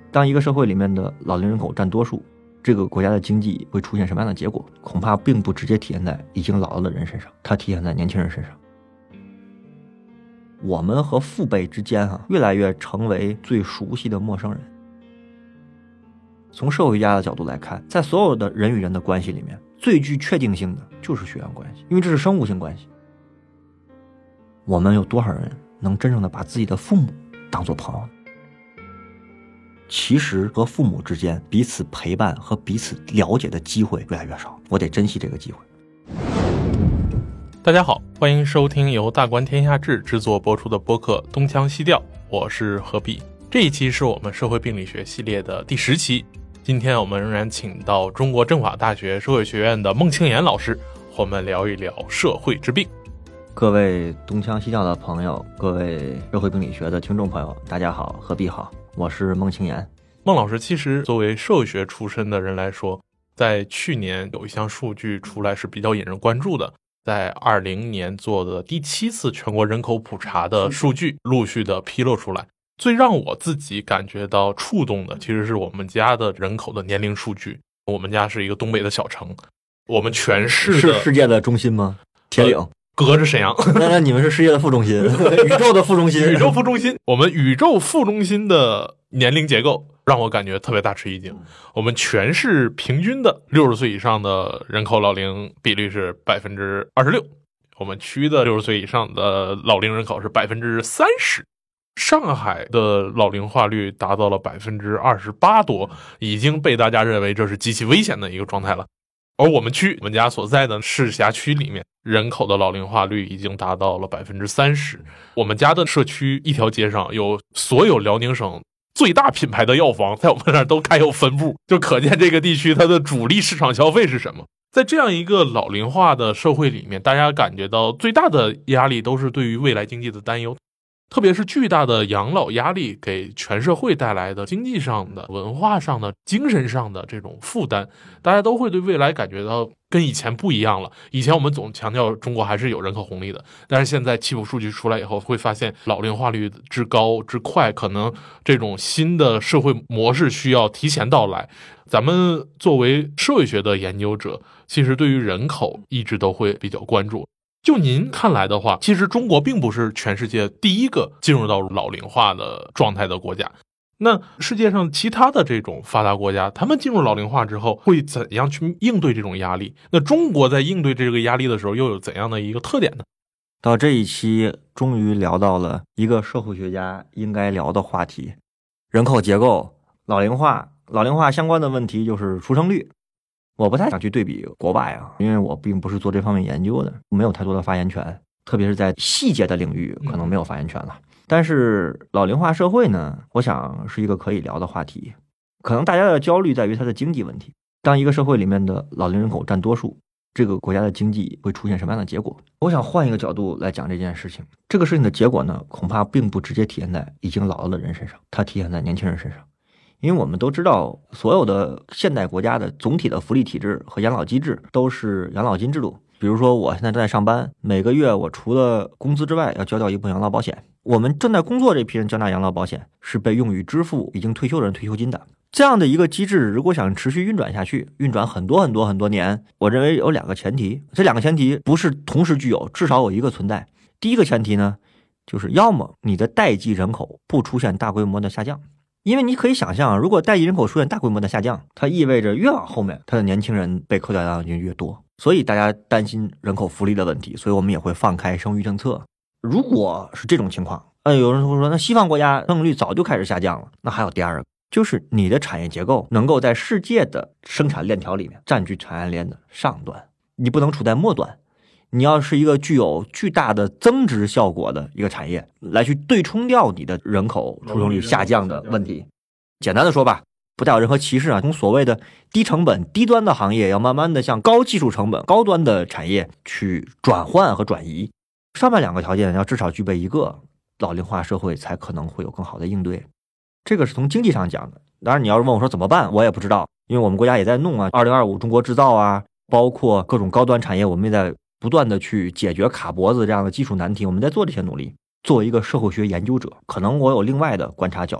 当一个社会里面的老龄人口占多数，这个国家的经济会出现什么样的结果，恐怕并不直接体现在已经老了的人身上，它体现在年轻人身上。我们和父辈之间越来越成为最熟悉的陌生人。从社会学家的角度来看，在所有的人与人的关系里面，最具确定性的就是血缘关系，因为这是生物性关系。我们有多少人能真正的把自己的父母当作朋友呢？其实和父母之间彼此陪伴和彼此了解的机会越来越少，我得珍惜这个机会。 大家好，欢迎收听由大观天下志制作播出的播客东腔西调，我是何必。这一期是我们社会病理学系列的第10期，今天我们仍然请到中国政法大学社会学院的孟庆岩老师和我们聊一聊社会之病。 各位东腔西调的朋友，各位社会病理学的听众朋友，大家好，何必好，我是孟庆岩。 孟老师其实作为社会学出身的人来说，在去年有一项数据出来是比较引人关注的，在2020年做的第7次全国人口普查的数据陆续的披露出来。最让我自己感觉到触动的其实是我们家的人口的年龄数据。我们家是一个东北的小城，我们全市的是世界的中心吗？铁岭隔着沈阳。 那你们是世界的副中心宇宙的副中心。 宇宙副中心，我们宇宙副中心的年龄结构让我感觉特别大吃一惊。我们全市平均的60岁以上的人口老龄比率是 26%， 我们区的60岁以上的老龄人口是 30%。上海的老龄化率达到了 28% 多，已经被大家认为这是极其危险的一个状态了。而我们家所在的市辖区里面，人口的老龄化率已经达到了 30%。 我们家的社区一条街上有所有辽宁省最大品牌的药房，在我们那儿都开有分部，就可见这个地区它的主力市场消费是什么。在这样一个老龄化的社会里面，大家感觉到最大的压力都是对于未来经济的担忧，特别是巨大的养老压力给全社会带来的经济上的、文化上的、精神上的这种负担，大家都会对未来感觉到跟以前不一样了。以前我们总强调中国还是有人口红利的，但是现在七普数据出来以后，会发现老龄化率之高之快，可能这种新的社会模式需要提前到来。咱们作为社会学的研究者，其实对于人口一直都会比较关注。就您看来的话，其实中国并不是全世界第一个进入到老龄化的状态的国家。那世界上其他的这种发达国家，他们进入老龄化之后会怎样去应对这种压力？那中国在应对这个压力的时候又有怎样的一个特点呢？ 到这一期终于聊到了一个社会学家应该聊的话题，人口结构、老龄化。老龄化相关的问题就是出生率。我不太想去对比国外因为我并不是做这方面研究的，没有太多的发言权，特别是在细节的领域可能没有发言权了。但是老龄化社会呢，我想是一个可以聊的话题。可能大家的焦虑在于它的经济问题。当一个社会里面的老龄人口占多数，这个国家的经济会出现什么样的结果？我想换一个角度来讲这件事情。这个事情的结果呢，恐怕并不直接体现在已经老了的人身上，它体现在年轻人身上。因为我们都知道，所有的现代国家的总体的福利体制和养老机制都是养老金制度。比如说我现在正在上班，每个月我除了工资之外要交掉一部分养老保险。我们正在工作这批人交纳养老保险是被用于支付已经退休人退休金的。这样的一个机制如果想持续运转下去，运转很多年，我认为有2个前提。这2个前提不是同时具有，至少有一个存在。第一个前提呢，就是要么你的待机人口不出现大规模的下降。因为你可以想象，如果待机人口出现大规模的下降，它意味着越往后面，它的年轻人被扣掉养老金越多。所以大家担心人口福利的问题，所以我们也会放开生育政策。如果是这种情况，有人会说，那西方国家生育率早就开始下降了。那还有第2个，就是你的产业结构能够在世界的生产链条里面占据产业链的上端，你不能处在末端。你要是一个具有巨大的增值效果的一个产业，来去对冲掉你的人口出生率下降的问题。简单的说吧，不带有任何歧视从所谓的低成本低端的行业要慢慢的向高技术成本高端的产业去转换和转移。上面2个条件要至少具备一个，老龄化社会才可能会有更好的应对。这个是从经济上讲的。当然你要是问我说怎么办，我也不知道，因为我们国家也在弄2025中国制造包括各种高端产业，我们也在不断的去解决卡脖子这样的技术难题，我们在做这些努力。作为一个社会学研究者，可能我有另外的观察角度，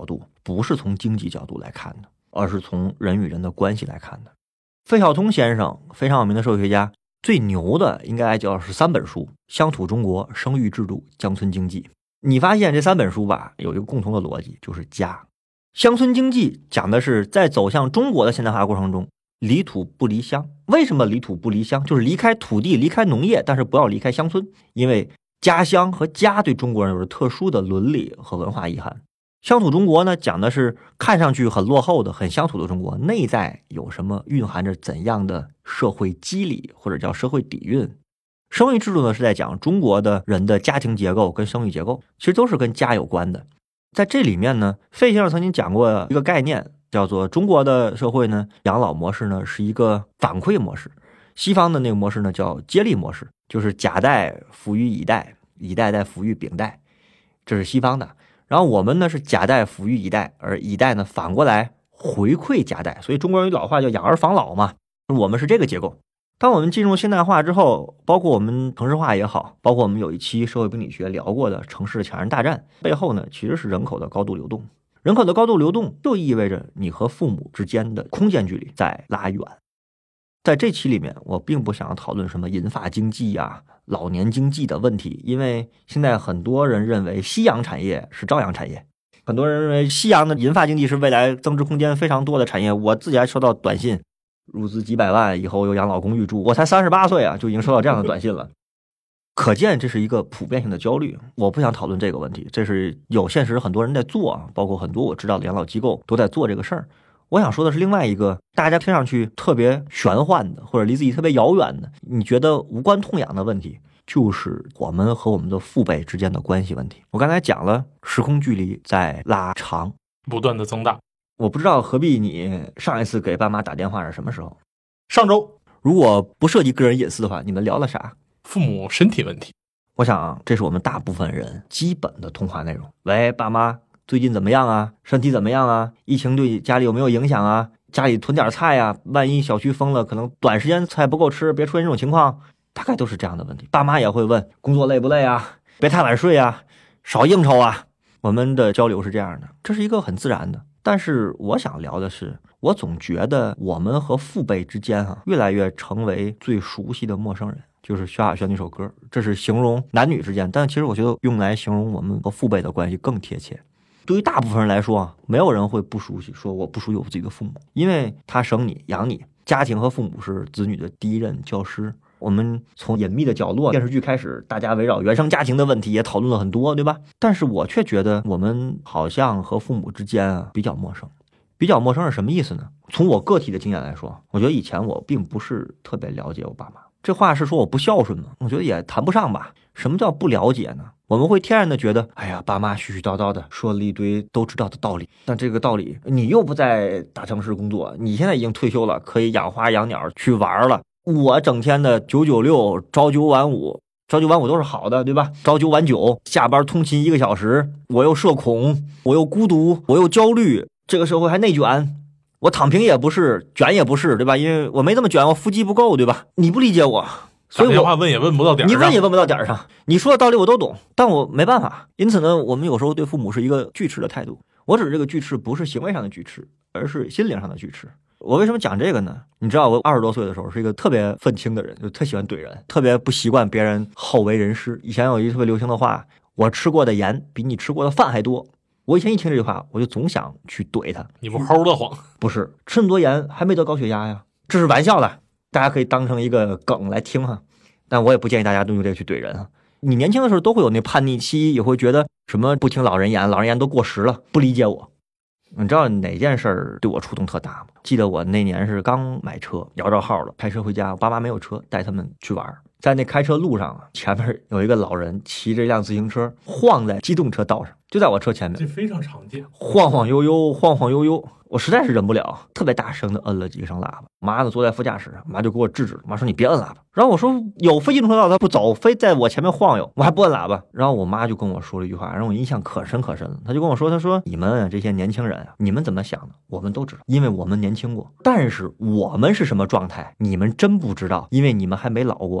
不是从经济角度来看的，而是从人与人的关系来看的。费孝通先生非常有名的社会学家，最牛的应该就是3本书：乡土中国、生育制度、乡村经济。你发现这3本书吧，有一个共同的逻辑，就是家。乡村经济讲的是在走向中国的现代化过程中，离土不离乡。为什么离土不离乡？就是离开土地，离开农业，但是不要离开乡村，因为家乡和家对中国人有着特殊的伦理和文化意涵。乡土中国呢，讲的是看上去很落后的、很乡土的中国，内在有什么蕴含着怎样的社会机理，或者叫社会底蕴。生育制度呢，是在讲中国的人的家庭结构跟生育结构，其实都是跟家有关的。在这里面呢，费先生曾经讲过一个概念，叫做中国的社会呢，养老模式呢是一个反馈模式，西方的那个模式呢叫接力模式，就是甲代抚育乙代，乙代再抚育丙代，这是西方的。然后我们呢是甲代抚育乙代，而乙代呢反过来回馈甲代，所以中国人有老话叫养儿防老嘛，我们是这个结构。当我们进入现代化之后，包括我们城市化也好，包括我们有一期社会病理学聊过的城市的抢人大战，背后呢其实是人口的高度流动。人口的高度流动就意味着你和父母之间的空间距离在拉远。在这期里面，我并不想要讨论什么银发经济啊、老年经济的问题，因为现在很多人认为夕阳产业是朝阳产业，很多人认为夕阳的银发经济是未来增值空间非常多的产业。我自己还收到短信，入资几百万以后有养老公寓住，我才38岁啊，就已经收到这样的短信了。可见这是一个普遍性的焦虑，我不想讨论这个问题，这是有现实很多人在做，包括很多我知道的养老机构都在做这个事儿。我想说的是另外一个大家听上去特别玄幻的，或者离自己特别遥远的，你觉得无关痛痒的问题，就是我们和我们的父辈之间的关系问题。我刚才讲了，时空距离在拉长， 不断的增大。 我不知道何必你上一次给爸妈打电话是什么时候？ 上周。 如果不涉及个人隐私的话，你们聊了啥？ 父母身体问题。 我想这是我们大部分人基本的通话内容。喂，爸妈最近怎么样啊？身体怎么样啊？疫情对家里有没有影响啊？家里囤点菜啊，万一小区封了，可能短时间菜不够吃，别出现这种情况。大概都是这样的问题。爸妈也会问工作累不累啊？别太晚睡啊，少应酬啊。我们的交流是这样的，这是一个很自然的。但是我想聊的是，我总觉得我们和父辈之间越来越成为最熟悉的陌生人。就是萧亚轩那首歌，这是形容男女之间，但其实我觉得用来形容我们和父辈的关系更贴切。对于大部分人来说，没有人会不熟悉，说我不熟悉我自己的父母，因为他生你养你，家庭和父母是子女的第一任教师。我们从隐秘的角落电视剧开始，大家围绕原生家庭的问题也讨论了很多，对吧？但是我却觉得我们好像和父母之间比较陌生。比较陌生是什么意思呢？从我个体的经验来说，我觉得以前我并不是特别了解我爸妈。这话是说我不孝顺吗？我觉得也谈不上吧。什么叫不了解呢？我们会天然的觉得，哎呀，爸妈絮絮叨叨的说了一堆都知道的道理，但这个道理你又不在大城市工作，你现在已经退休了，可以养花养鸟去玩了。我整天的996朝9晚5，朝9晚5都是好的，对吧？朝9晚9，下班通勤1个小时，我又社恐，我又孤独，我又焦虑，这个社会还内卷。我躺平也不是，卷也不是，对吧？因为我没这么卷，我腹肌不够，对吧？你不理解我，所以我打电话问也问不到点上， 你问也问不到点上。你说的道理我都懂，但我没办法。因此呢，我们有时候对父母是一个锯齿的态度。我指这个锯齿不是行为上的锯齿，而是心灵上的锯齿。我为什么讲这个呢？你知道我20多岁的时候是一个特别愤青的人，就特喜欢怼人，特别不习惯别人好为人师。以前有一个特别流行的话，我吃过的盐比你吃过的饭还多。我以前一听这句话，我就总想去怼他。 你不齁得慌？ 不是，吃那么多盐还没得高血压呀，这是玩笑的，大家可以当成一个梗来听哈。但我也不建议大家都用这个去怼人哈。你年轻的时候都会有那叛逆期，也会觉得什么不听老人言，老人言都过时了，不理解我。你知道哪件事儿对我触动特大吗？记得我那年是刚买车，摇着号了，开车回家，我爸妈没有车，带他们去玩。在那开车路上前面有一个老人骑着一辆自行车晃在机动车道上，就在我车前面， 这非常常见， 晃晃悠悠，晃晃悠悠。我实在是忍不了，特别大声的摁了几声喇叭。妈呢坐在副驾驶，妈就给我制止，妈说你别摁喇叭。然后我说有非机动车道他不走，非在我前面晃悠，我还不摁喇叭。然后我妈就跟我说了一句话，让我印象可深可深了。她就跟我说，她说你们这些年轻人你们怎么想的我们都知道，因为我们年轻过，但是我们是什么状态你们真不知道，因为你们还没老过。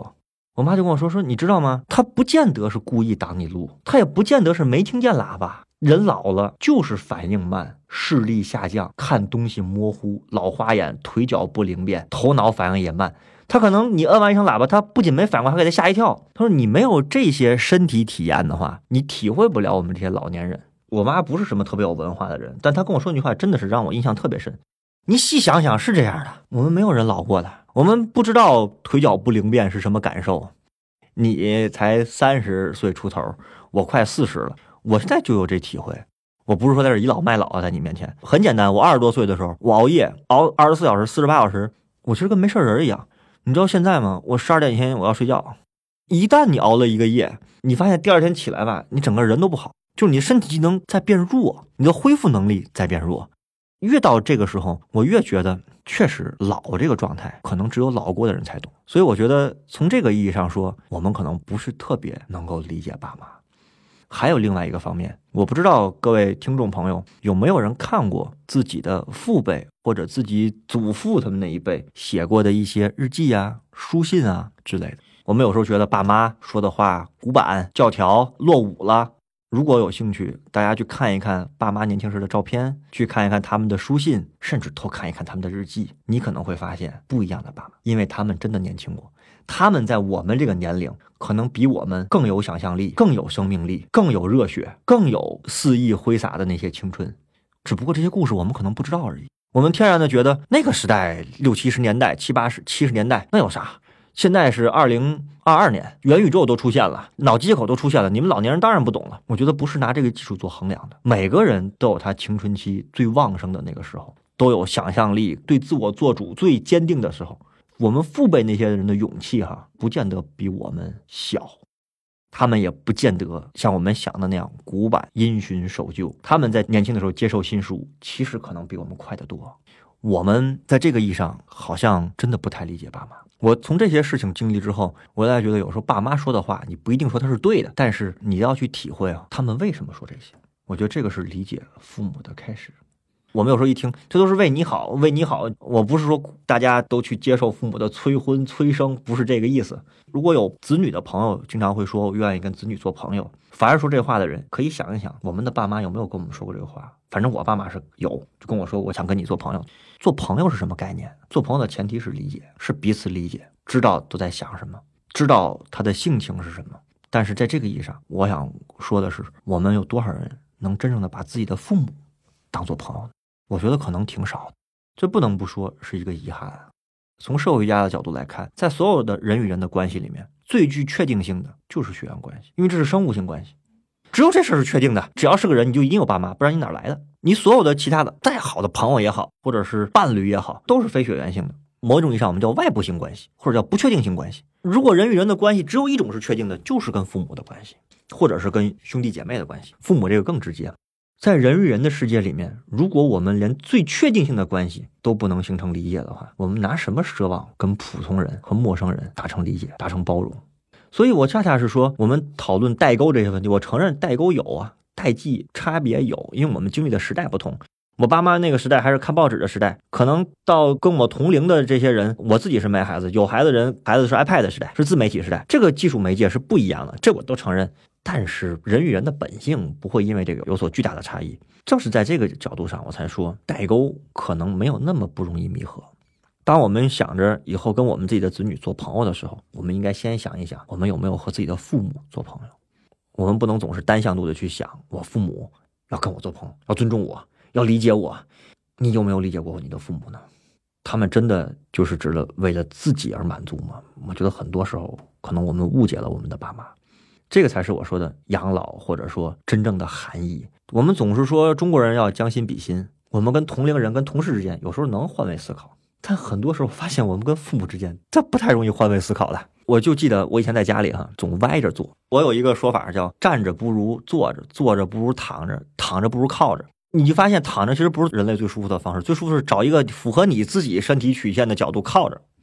我妈就跟我说你知道吗？他不见得是故意挡你路，他也不见得是没听见喇叭。人老了就是反应慢，视力下降，看东西模糊，老花眼，腿脚不灵便，头脑反应也慢。他可能你摁完一声喇叭，他不仅没反应过来，还给他吓一跳。他说你没有这些身体体验的话，你体会不了我们这些老年人。我妈不是什么特别有文化的人，但她跟我说那句话真的是让我印象特别深。你细想想是这样的，我们没有人老过的，我们不知道腿脚不灵便是什么感受。你才30岁出头，我快40了，我现在就有这体会。我不是说在这倚老卖老啊，在你面前很简单。我20多岁的时候，我熬夜熬24小时、48小时，我其实跟没事人一样。你知道现在吗？我12点以前我要睡觉。一旦你熬了一个夜，你发现第二天起来吧，你整个人都不好，就是你身体机能在变弱，你的恢复能力在变弱。越到这个时候，我越觉得确实老这个状态可能只有老过的人才懂。所以我觉得从这个意义上说，我们可能不是特别能够理解爸妈。还有另外一个方面，我不知道各位听众朋友有没有人看过自己的父辈或者自己祖父他们那一辈写过的一些日记啊、书信啊之类的。我们有时候觉得爸妈说的话古板教条落伍了，如果有兴趣，大家去看一看爸妈年轻时的照片，去看一看他们的书信，甚至偷看一看他们的日记，你可能会发现不一样的爸妈，因为他们真的年轻过。他们在我们这个年龄可能比我们更有想象力，更有生命力，更有热血，更有肆意挥洒的那些青春。只不过这些故事我们可能不知道而已。我们天然的觉得那个时代60、70年代、70年代那有啥，现在是2022年，元宇宙都出现了，脑机接口都出现了，你们老年人当然不懂了。我觉得不是拿这个技术做衡量的，每个人都有他青春期最旺盛的那个时候，都有想象力，对自我做主最坚定的时候。我们父辈那些人的勇气不见得比我们小，他们也不见得像我们想的那样古板因循守旧，他们在年轻的时候接受新事物，其实可能比我们快得多。我们在这个意义上好像真的不太理解爸妈。我从这些事情经历之后，我才觉得有时候爸妈说的话你不一定说他是对的，但是你要去体会他们为什么说这些。我觉得这个是理解父母的开始。我们有时候一听这都是为你好，为你好，我不是说大家都去接受父母的催婚催生，不是这个意思。如果有子女的朋友经常会说我愿意跟子女做朋友，凡是说这话的人可以想一想，我们的爸妈有没有跟我们说过这个话。反正我爸妈是有，就跟我说我想跟你做朋友。做朋友是什么概念？做朋友的前提是理解，是彼此理解，知道都在想什么，知道他的性情是什么。但是在这个意义上，我想说的是，我们有多少人能真正的把自己的父母当做朋友呢？我觉得可能挺少的，这不能不说是一个遗憾。从社会学家的角度来看，在所有的人与人的关系里面，最具确定性的就是血缘关系，因为这是生物性关系，只有这事是确定的。只要是个人，你就一定有爸妈，不然你哪来的？你所有的其他的再好的朋友也好，或者是伴侣也好，都是非血缘性的。某一种意义上我们叫外部性关系，或者叫不确定性关系。如果人与人的关系只有一种是确定的，就是跟父母的关系，或者是跟兄弟姐妹的关系。父母这个更直接。在人与人的世界里面，如果我们连最确定性的关系都不能形成理解的话，我们拿什么奢望跟普通人和陌生人达成理解，达成包容？所以我恰恰是说，我们讨论代沟这些问题，我承认代沟有啊，代际差别有，因为我们经历的时代不同。我爸妈那个时代还是看报纸的时代，可能到跟我同龄的这些人，我自己是没孩子，有孩子人孩子是 iPad 的时代，是自媒体时代，这个技术媒介是不一样的，这我都承认。但是人与人的本性不会因为这个有所巨大的差异。正是在这个角度上，我才说代沟可能没有那么不容易弥合。当我们想着以后跟我们自己的子女做朋友的时候，我们应该先想一想，我们有没有和自己的父母做朋友。我们不能总是单向度的去想，我父母要跟我做朋友，要尊重我，要理解我。你有没有理解过你的父母呢？他们真的就是只了为了自己而满足吗？我觉得很多时候可能我们误解了我们的爸妈。这个才是我说的养老，或者说真正的含义。我们总是说中国人要将心比心，我们跟同龄人跟同事之间有时候能换位思考，但很多时候发现我们跟父母之间这不太容易换位思考的。我就记得我以前在家里总歪着坐。我有一个说法叫站着不如坐着，坐着不如躺着，躺着不如靠着。你就发现躺着其实不是人类最舒服的方式，最舒服是找一个符合你自己身体曲线的角度靠着。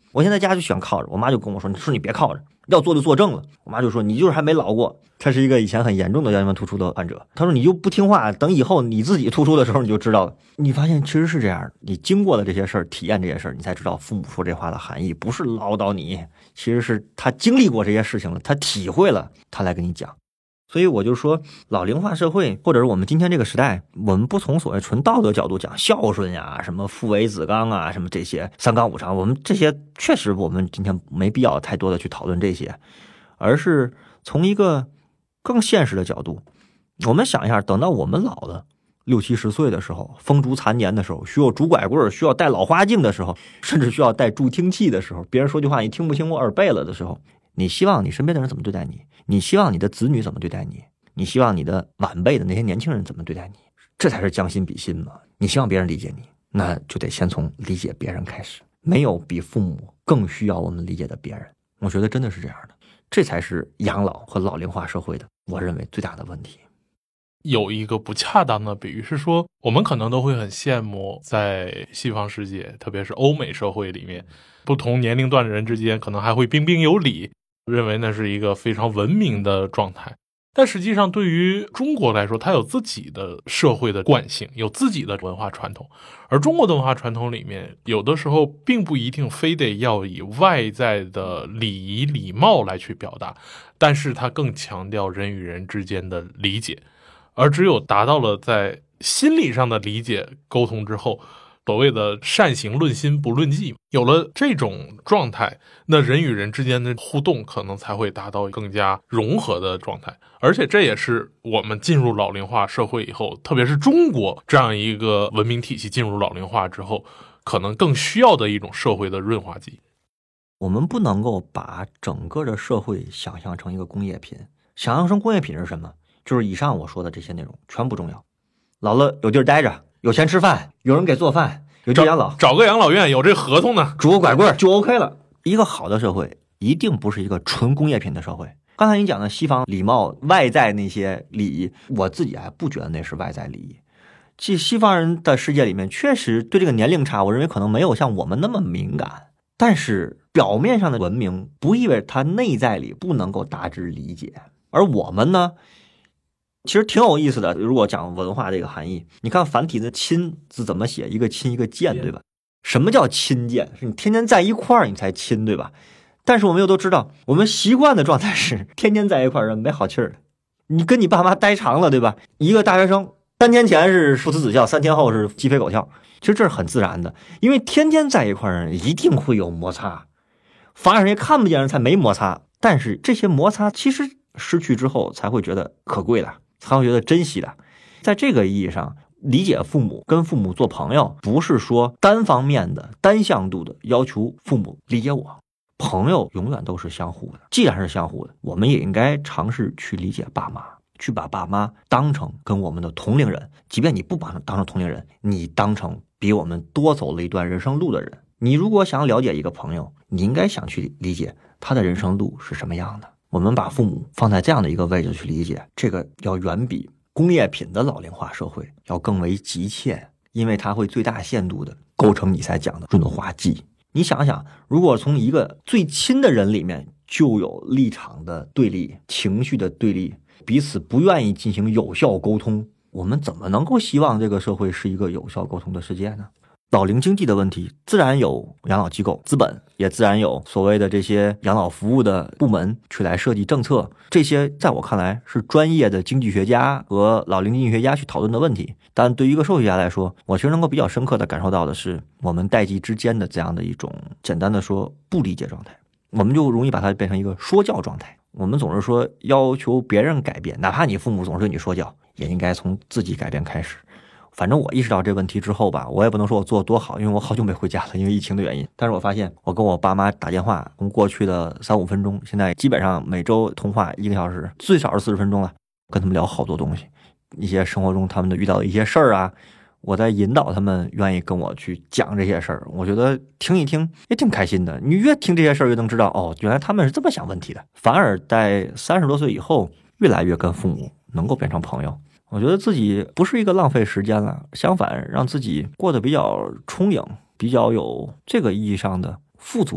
我现在家就喜欢靠着，我妈就跟我说，你别靠着，要坐就坐正了。我妈就说，你就是还没老过。她是一个以前很严重的腰间盘突出的患者，她说你就不听话，等以后你自己突出的时候你就知道了。你发现其实是这样，你经过了这些事儿，体验这些事儿，你才知道父母说这话的含义不是唠叨你，其实是他经历过这些事情了，他体会了，他来跟你讲。所以我就说，老龄化社会，或者是我们今天这个时代，我们不从所谓纯道德角度讲孝顺呀，什么父为子纲啊，什么这些三纲五常，我们这些确实我们今天没必要太多的去讨论这些，而是从一个更现实的角度，我们想一下，等到我们老了60、70岁的时候，风烛残年的时候，需要拄拐棍，需要戴老花镜的时候，甚至需要戴助听器的时候，别人说句话你听不清我耳背了的时候，你希望你身边的人怎么对待你？你希望你的子女怎么对待你？你希望你的晚辈的那些年轻人怎么对待你？这才是将心比心嘛。你希望别人理解你，那就得先从理解别人开始。没有比父母更需要我们理解的别人，我觉得真的是这样的。这才是养老和老龄化社会的，我认为最大的问题。 有一个不恰当的比喻是说，我们可能都会很羡慕在西方世界，特别是欧美社会里面，不同年龄段的人之间可能还会彬彬有礼，认为那是一个非常文明的状态。但实际上对于中国来说，它有自己的社会的惯性，有自己的文化传统，而中国的文化传统里面有的时候并不一定非得要以外在的礼仪礼貌来去表达，但是它更强调人与人之间的理解，而只有达到了在心理上的理解沟通之后，所谓的善行论心不论迹，有了这种状态，那人与人之间的互动可能才会达到更加融合的状态。而且这也是我们进入老龄化社会以后，特别是中国这样一个文明体系进入老龄化之后，可能更需要的一种社会的润滑剂。 我们不能够把整个的社会想象成一个工业品，想象成工业品是什么？就是以上我说的这些内容全不重要。老了有地儿待着，有钱吃饭，有人给做饭，有地养老， 找个养老院，有这合同呢， 拄个拐棍就 OK 了。一个好的社会一定不是一个纯工业品的社会。刚才你讲的西方礼貌外在那些礼仪，我自己还不觉得那是外在礼仪。其实西方人的世界里面确实对这个年龄差，我认为可能没有像我们那么敏感，但是表面上的文明不意味着他内在里不能够大致理解。而我们呢，其实挺有意思的。如果讲文化这个含义，你看繁体的亲字怎么写，一个亲一个贱，对吧？什么叫亲贱？是你天天在一块儿你才亲，对吧？但是我们又都知道，我们习惯的状态是天天在一块儿人没好气儿的。你跟你爸妈待长了，对吧？一个大学生3天前是父慈子孝，3天后是鸡飞狗跳，其实这是很自然的，因为天天在一块儿人一定会有摩擦，反而那些看不见人才没摩擦。但是这些摩擦其实失去之后才会觉得可贵的，才会觉得珍惜的。在这个意义上，理解父母跟父母做朋友，不是说单方面的单向度的要求父母理解我，朋友永远都是相互的。既然是相互的，我们也应该尝试去理解爸妈，去把爸妈当成跟我们的同龄人，即便你不把他当成同龄人，你当成比我们多走了一段人生路的人。你如果想了解一个朋友，你应该想去理解他的人生路是什么样的。我们把父母放在这样的一个位置去理解，这个要远比工业品的老龄化社会要更为急切，因为它会最大限度的构成你才讲的润滑剂。你想想，如果从一个最亲的人里面就有立场的对立、情绪的对立，彼此不愿意进行有效沟通，我们怎么能够希望这个社会是一个有效沟通的世界呢？老龄经济的问题自然有养老机构资本，也自然有所谓的这些养老服务的部门去来设计政策，这些在我看来是专业的经济学家和老龄经济学家去讨论的问题。但对于一个社会学家来说，我其实能够比较深刻的感受到的是我们代际之间的这样的一种简单的说不理解状态，我们就容易把它变成一个说教状态。我们总是说要求别人改变，哪怕你父母总是对你说教，也应该从自己改变开始。反正我意识到这问题之后吧，我也不能说我做得多好，因为我好久没回家了，因为疫情的原因。但是我发现我跟我爸妈打电话，从过去的3-5分钟，现在基本上每周通话1个小时，最少是40分钟了，跟他们聊好多东西，一些生活中他们的遇到的一些事儿啊，我在引导他们愿意跟我去讲这些事儿，我觉得听一听也挺开心的。你越听这些事儿越能知道，哦，原来他们是这么想问题的。反而在30多岁以后，越来越跟父母能够变成朋友。我觉得自己不是一个浪费时间了，相反让自己过得比较充盈，比较有这个意义上的富足感。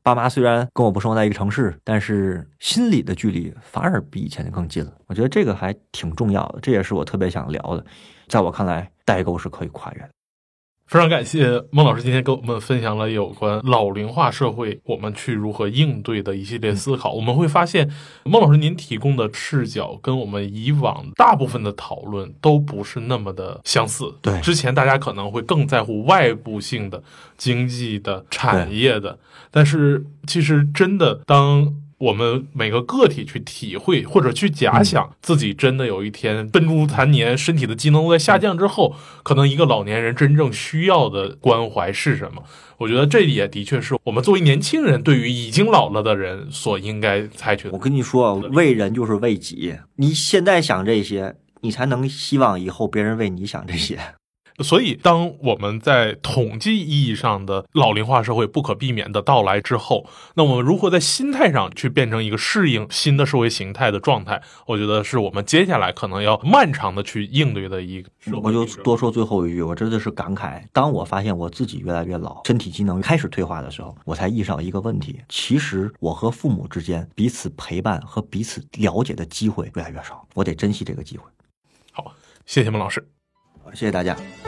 爸妈虽然跟我不生活在一个城市，但是心理的距离反而比以前更近了。我觉得这个还挺重要的，这也是我特别想聊的。在我看来，代沟是可以跨越的。 非常感谢孟老师今天跟我们分享了有关老龄化社会我们去如何应对的一系列思考。我们会发现孟老师您提供的视角跟我们以往大部分的讨论都不是那么的相似。 对， 之前大家可能会更在乎外部性的经济的产业的，但是其实真的当我们每个个体去体会或者去假想自己真的有一天奔入残年，身体的机能都在下降之后，可能一个老年人真正需要的关怀是什么。我觉得这也的确是我们作为年轻人对于已经老了的人所应该采取的。 我跟你说，为人就是为己，你现在想这些，你才能希望以后别人为你想这些。 所以当我们在统计意义上的老龄化社会不可避免的到来之后，那我们如何在心态上去变成一个适应新的社会形态的状态，我觉得是我们接下来可能要漫长的去应对的一个社会。 我就多说最后一句，我真的是感慨，当我发现我自己越来越老，身体机能开始退化的时候，我才意识到一个问题，其实我和父母之间彼此陪伴和彼此了解的机会越来越少，我得珍惜这个机会。 好，谢谢孟老师。 谢谢大家。